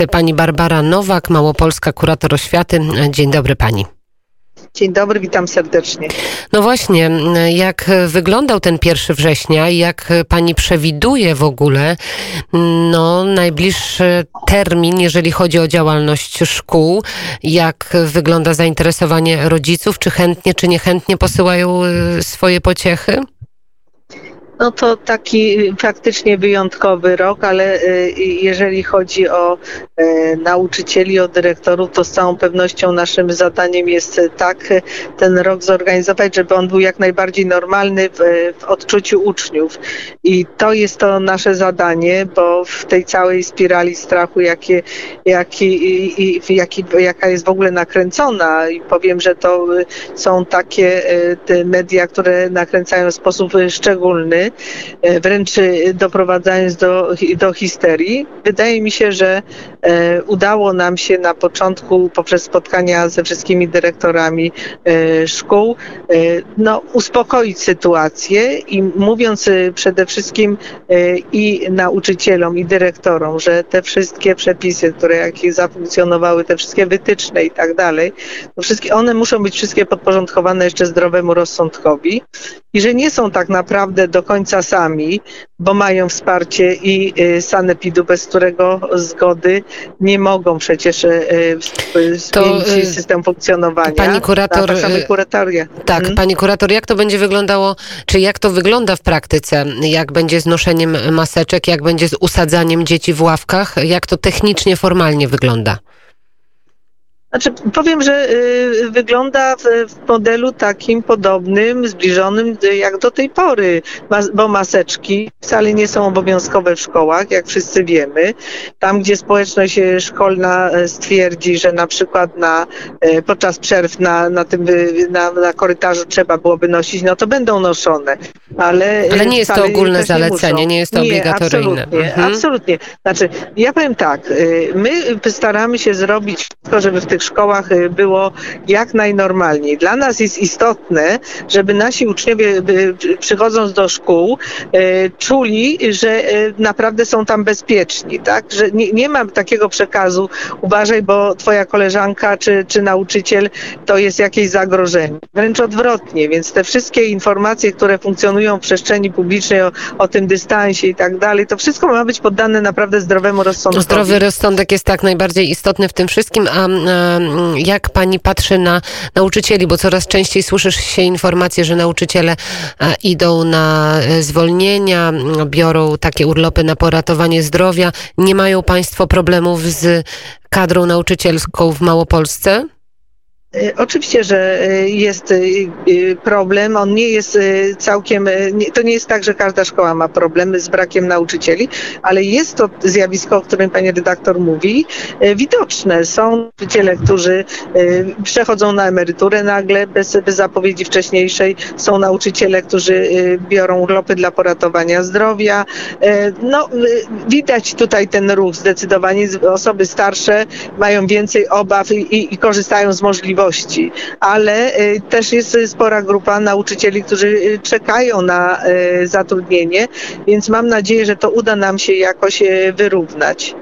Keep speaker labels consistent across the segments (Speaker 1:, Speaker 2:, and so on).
Speaker 1: Pani Barbara Nowak, Małopolska Kurator Oświaty. Dzień dobry pani.
Speaker 2: Dzień dobry, witam serdecznie.
Speaker 1: No właśnie, jak wyglądał ten 1 września i jak pani przewiduje w ogóle najbliższy termin, jeżeli chodzi o działalność szkół? Jak wygląda zainteresowanie rodziców? Czy chętnie, czy niechętnie posyłają swoje pociechy?
Speaker 2: No to taki faktycznie wyjątkowy rok, ale jeżeli chodzi o nauczycieli, o dyrektorów, to z całą pewnością naszym zadaniem jest tak ten rok zorganizować, żeby on był jak najbardziej normalny w odczuciu uczniów. I to jest to nasze zadanie, bo w tej całej spirali strachu, jaka jest w ogóle nakręcona, i powiem, że to są takie te media, które nakręcają w sposób szczególny, wręcz doprowadzając do histerii. Wydaje mi się, że udało nam się na początku poprzez spotkania ze wszystkimi dyrektorami szkół uspokoić sytuację i mówiąc przede wszystkim i nauczycielom, i dyrektorom, że te wszystkie przepisy, jakie zafunkcjonowały, te wszystkie wytyczne i tak dalej, one muszą być wszystkie podporządkowane jeszcze zdrowemu rozsądkowi i że nie są tak naprawdę do końca sami, bo mają wsparcie i sanepidu, bez którego zgody nie mogą przecież zmienić system funkcjonowania.
Speaker 1: Pani kurator, pani kurator, jak to będzie wyglądało, czy jak to wygląda w praktyce? Jak będzie z noszeniem maseczek, jak będzie z usadzaniem dzieci w ławkach? Jak to technicznie, formalnie wygląda?
Speaker 2: Powiem, że wygląda w modelu takim podobnym, zbliżonym jak do tej pory, bo maseczki wcale nie są obowiązkowe w szkołach, jak wszyscy wiemy. Tam, gdzie społeczność szkolna stwierdzi, że na przykład podczas przerw na korytarzu trzeba byłoby nosić, to będą noszone. Ale
Speaker 1: nie jest to ogólne zalecenie, nie jest to obligatoryjne.
Speaker 2: Absolutnie. Ja powiem tak, my staramy się zrobić wszystko, żeby w tych szkołach było jak najnormalniej. Dla nas jest istotne, żeby nasi uczniowie, przychodząc do szkół, czuli, że naprawdę są tam bezpieczni, tak? Że nie ma takiego przekazu, uważaj, bo twoja koleżanka czy nauczyciel to jest jakieś zagrożenie. Wręcz odwrotnie, więc te wszystkie informacje, które funkcjonują w przestrzeni publicznej o tym dystansie i tak dalej, to wszystko ma być poddane naprawdę zdrowemu rozsądkowi.
Speaker 1: Zdrowy rozsądek jest tak najbardziej istotny w tym wszystkim, a jak pani patrzy na nauczycieli, bo coraz częściej słyszysz się informacje, że nauczyciele idą na zwolnienia, biorą takie urlopy na poratowanie zdrowia. Nie mają państwo problemów z kadrą nauczycielską w Małopolsce?
Speaker 2: Oczywiście, że jest problem. On nie jest całkiem, to nie jest tak, że każda szkoła ma problemy z brakiem nauczycieli, ale jest to zjawisko, o którym pani redaktor mówi, widoczne. Są nauczyciele, którzy przechodzą na emeryturę nagle, bez zapowiedzi wcześniejszej. Są nauczyciele, którzy biorą urlopy dla poratowania zdrowia. Widać tutaj ten ruch zdecydowanie. Osoby starsze mają więcej obaw i korzystają z możliwości. Ale też jest spora grupa nauczycieli, którzy czekają na zatrudnienie, więc mam nadzieję, że to uda nam się jakoś wyrównać.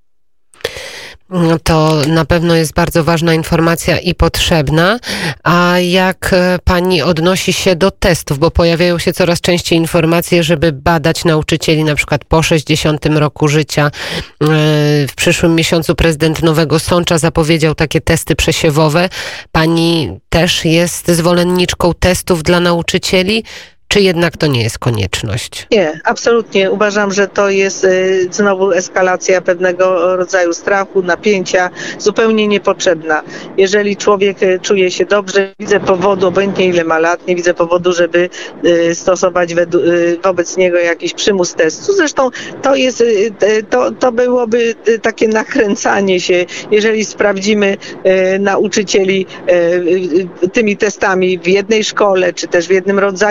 Speaker 1: To na pewno jest bardzo ważna informacja i potrzebna. A jak pani odnosi się do testów? Bo pojawiają się coraz częściej informacje, żeby badać nauczycieli na przykład po 60 roku życia. W przyszłym miesiącu prezydent Nowego Sącza zapowiedział takie testy przesiewowe. Pani też jest zwolenniczką testów dla nauczycieli? Czy jednak to nie jest konieczność?
Speaker 2: Nie, absolutnie. Uważam, że to jest znowu eskalacja pewnego rodzaju strachu, napięcia, zupełnie niepotrzebna. Jeżeli człowiek czuje się dobrze, widzę powodu, obojętnie ile ma lat, nie widzę powodu, żeby stosować wobec niego jakiś przymus testu. Zresztą to byłoby takie nakręcanie się, jeżeli sprawdzimy nauczycieli tymi testami w jednej szkole, czy też w jednym rodzaju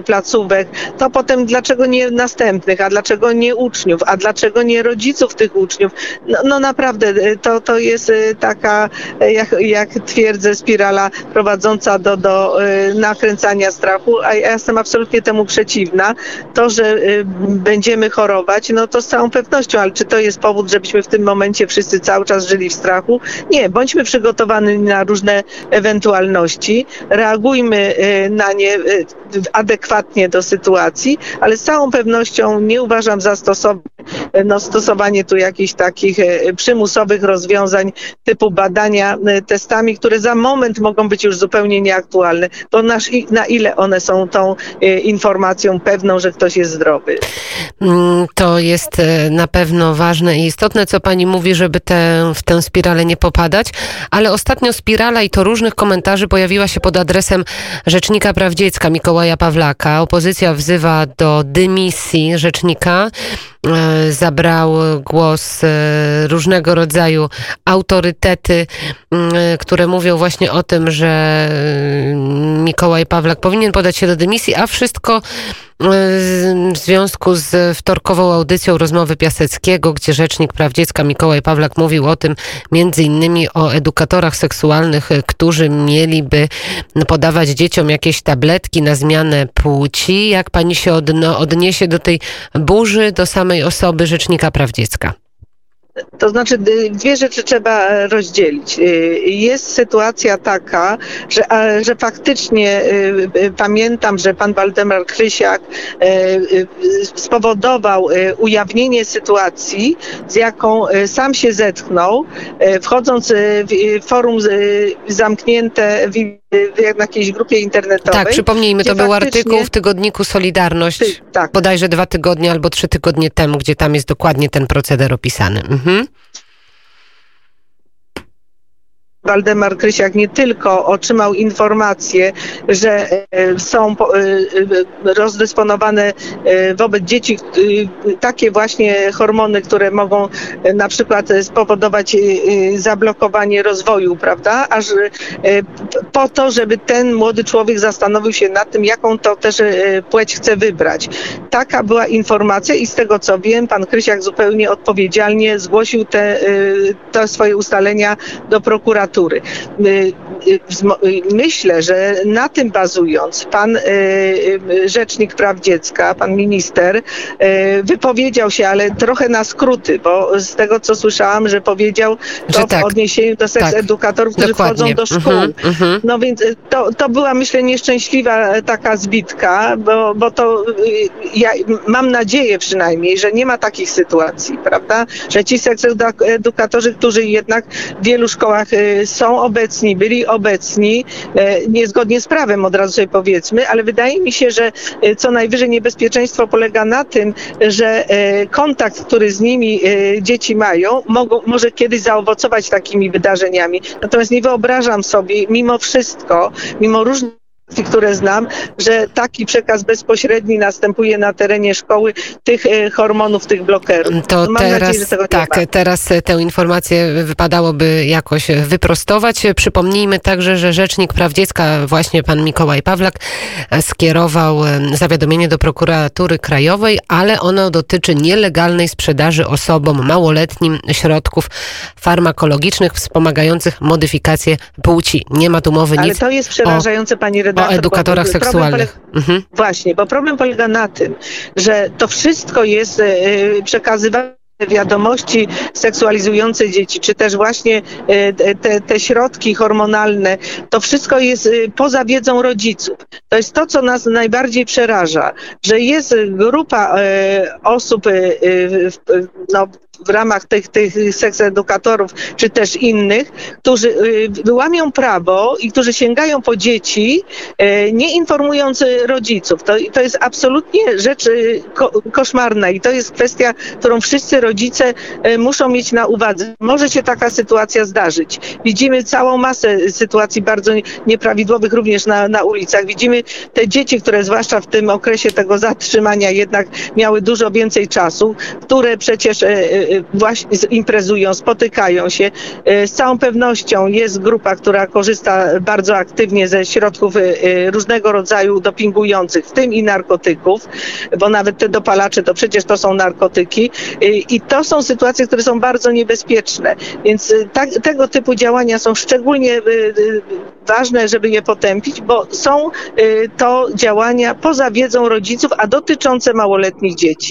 Speaker 2: placówek, to potem dlaczego nie następnych, a dlaczego nie uczniów, a dlaczego nie rodziców tych uczniów? No naprawdę to jest taka, jak twierdzę, spirala prowadząca do nakręcania strachu, a ja jestem absolutnie temu przeciwna. To, że będziemy chorować, no to z całą pewnością, ale czy to jest powód, żebyśmy w tym momencie wszyscy cały czas żyli w strachu? Nie, bądźmy przygotowani na różne ewentualności, reagujmy na nie adekwatnie do sytuacji, ale z całą pewnością nie uważam za stosowanie tu jakichś takich przymusowych rozwiązań typu badania testami, które za moment mogą być już zupełnie nieaktualne. To na ile one są tą informacją pewną, że ktoś jest zdrowy?
Speaker 1: To jest na pewno ważne i istotne, co pani mówi, żeby w tę spiralę nie popadać, ale ostatnio spirala i to różnych komentarzy pojawiła się pod adresem Rzecznika Praw Dziecka Mikołaja Pawlaka. Opozycja wzywa do dymisji rzecznika. Zabrał głos różnego rodzaju autorytety, które mówią właśnie o tym, że Mikołaj Pawlak powinien podać się do dymisji, a wszystko w związku z wtorkową audycją Rozmowy Piaseckiego, gdzie Rzecznik Praw Dziecka Mikołaj Pawlak mówił o tym, między innymi o edukatorach seksualnych, którzy mieliby podawać dzieciom jakieś tabletki na zmianę płci. Jak pani się odniesie do tej burzy, do samej osoby Rzecznika Praw Dziecka?
Speaker 2: To znaczy, dwie rzeczy trzeba rozdzielić. Jest sytuacja taka, że faktycznie pamiętam, że pan Waldemar Krysiak spowodował ujawnienie sytuacji, z jaką sam się zetknął, wchodząc w forum zamknięte w jakiejś grupie internetowej.
Speaker 1: Tak, przypomnijmy, to był artykuł w tygodniku Solidarność,
Speaker 2: tak,
Speaker 1: bodajże 2 tygodnie albo 3 tygodnie temu, gdzie tam jest dokładnie ten proceder opisany.
Speaker 2: Waldemar Krysiak nie tylko otrzymał informację, że są rozdysponowane wobec dzieci takie właśnie hormony, które mogą na przykład spowodować zablokowanie rozwoju, prawda? Aż po to, żeby ten młody człowiek zastanowił się nad tym, jaką to też płeć chce wybrać. Taka była informacja i z tego co wiem, pan Krysiak zupełnie odpowiedzialnie zgłosił te swoje ustalenia do prokuratury. Myślę, że na tym bazując pan Rzecznik Praw Dziecka, pan minister wypowiedział się, ale trochę na skróty, bo z tego co słyszałam, że powiedział to w odniesieniu do seksedukatorów, którzy wchodzą do szkół. No więc to była, myślę, nieszczęśliwa taka zbitka, bo to ja mam nadzieję przynajmniej, że nie ma takich sytuacji, prawda? Że ci seksedukatorzy, którzy jednak w wielu szkołach są obecni, byli obecni, niezgodnie z prawem, od razu sobie powiedzmy, ale wydaje mi się, że co najwyżej niebezpieczeństwo polega na tym, że kontakt, który z nimi dzieci mają, może kiedyś zaowocować takimi wydarzeniami. Natomiast nie wyobrażam sobie, mimo wszystko, mimo różnych, które znam, że taki przekaz bezpośredni następuje na terenie szkoły tych hormonów, tych blokerów.
Speaker 1: To mam nadzieję, że tego nie ma. Teraz tę informację wypadałoby jakoś wyprostować. Przypomnijmy także, że Rzecznik Praw Dziecka, właśnie pan Mikołaj Pawlak, skierował zawiadomienie do Prokuratury Krajowej, ale ono dotyczy nielegalnej sprzedaży osobom małoletnim środków farmakologicznych wspomagających modyfikację płci. Nie ma tu mowy nic.
Speaker 2: Ale to jest przerażające, pani redaktor.
Speaker 1: O edukatorach seksualnych.
Speaker 2: Właśnie, bo problem polega na tym, że to wszystko jest przekazywane wiadomości seksualizujące dzieci, czy też właśnie te środki hormonalne, to wszystko jest poza wiedzą rodziców. To jest to, co nas najbardziej przeraża, że jest grupa osób w ramach tych seksedukatorów, czy też innych, którzy łamią prawo i którzy sięgają po dzieci, nie informując rodziców. To jest absolutnie rzecz koszmarna i to jest kwestia, którą wszyscy rodzice muszą mieć na uwadze. Może się taka sytuacja zdarzyć. Widzimy całą masę sytuacji bardzo nieprawidłowych również na ulicach. Widzimy te dzieci, które zwłaszcza w tym okresie tego zatrzymania jednak miały dużo więcej czasu, które przecież właśnie imprezują, spotykają się. Z całą pewnością jest grupa, która korzysta bardzo aktywnie ze środków różnego rodzaju dopingujących, w tym i narkotyków, bo nawet te dopalacze to przecież to są narkotyki i to są sytuacje, które są bardzo niebezpieczne, więc tego typu działania są szczególnie ważne, żeby je potępić, bo są to działania poza wiedzą rodziców, a dotyczące małoletnich dzieci.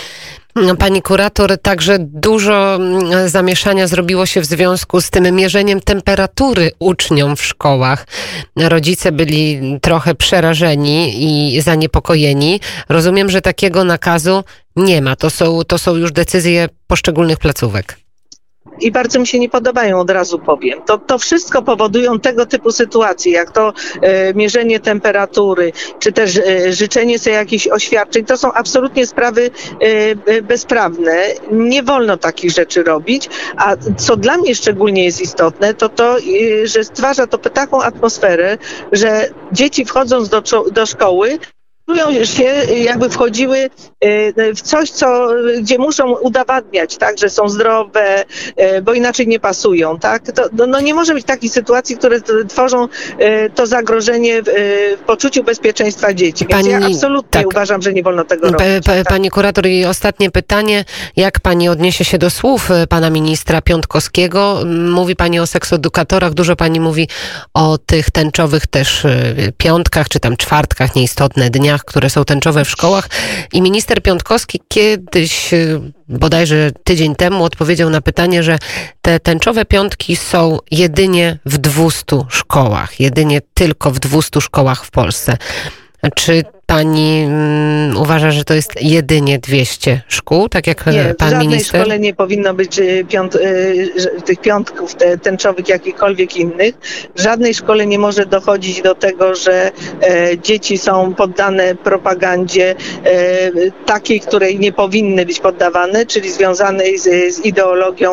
Speaker 1: Pani kurator, także dużo zamieszania zrobiło się w związku z tym mierzeniem temperatury uczniom w szkołach. Rodzice byli trochę przerażeni i zaniepokojeni. Rozumiem, że takiego nakazu nie ma. To są już decyzje poszczególnych placówek.
Speaker 2: I bardzo mi się nie podobają, od razu powiem. To wszystko powodują tego typu sytuacje, jak to mierzenie temperatury, czy też życzenie sobie jakichś oświadczeń. To są absolutnie sprawy bezprawne. Nie wolno takich rzeczy robić. A co dla mnie szczególnie jest istotne, to, że stwarza to taką atmosferę, że dzieci wchodząc do szkoły, czują się, jakby wchodziły w coś, gdzie muszą udowadniać, tak, że są zdrowe, bo inaczej nie pasują, tak? Nie może być takich sytuacji, które tworzą to zagrożenie w poczuciu bezpieczeństwa dzieci. Więc ja absolutnie uważam, że nie wolno tego robić.
Speaker 1: Pani kurator, i ostatnie pytanie. Jak pani odniesie się do słów pana ministra Piontkowskiego? Mówi pani o seksedukatorach, dużo pani mówi o tych tęczowych też piątkach, czy tam czwartkach, nieistotne dniach, które są tęczowe w szkołach. I minister Piontkowski kiedyś, bodajże tydzień temu, odpowiedział na pytanie, że te tęczowe piątki są jedynie w 200 szkołach. Jedynie tylko w 200 szkołach w Polsce. Czy pani uważa, że to jest jedynie 200 szkół, tak jak
Speaker 2: nie,
Speaker 1: pan minister?
Speaker 2: W żadnej szkole nie powinno być tych piątków tęczowych, jakichkolwiek innych. W żadnej szkole nie może dochodzić do tego, że dzieci są poddane propagandzie takiej, której nie powinny być poddawane, czyli związanej z ideologią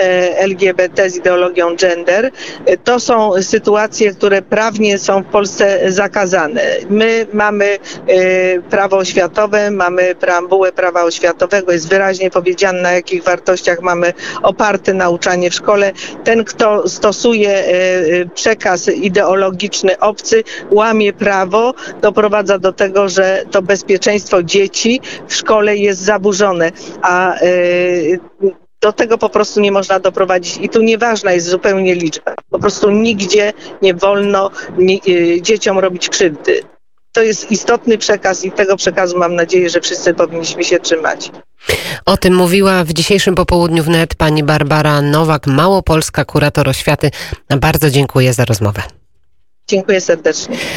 Speaker 2: LGBT, z ideologią gender. To są sytuacje, które prawnie są w Polsce zakazane. My mamy prawo oświatowe, mamy preambułę prawa oświatowego, jest wyraźnie powiedziane, na jakich wartościach mamy oparte nauczanie w szkole. Ten, kto stosuje przekaz ideologiczny obcy, łamie prawo, doprowadza do tego, że to bezpieczeństwo dzieci w szkole jest zaburzone, a do tego po prostu nie można doprowadzić i tu nieważna jest zupełnie liczba. Po prostu nigdzie nie wolno dzieciom robić krzywdy. To jest istotny przekaz i tego przekazu mam nadzieję, że wszyscy powinniśmy się trzymać.
Speaker 1: O tym mówiła w dzisiejszym popołudniu wnet pani Barbara Nowak, małopolska kurator oświaty. Bardzo dziękuję za rozmowę.
Speaker 2: Dziękuję serdecznie.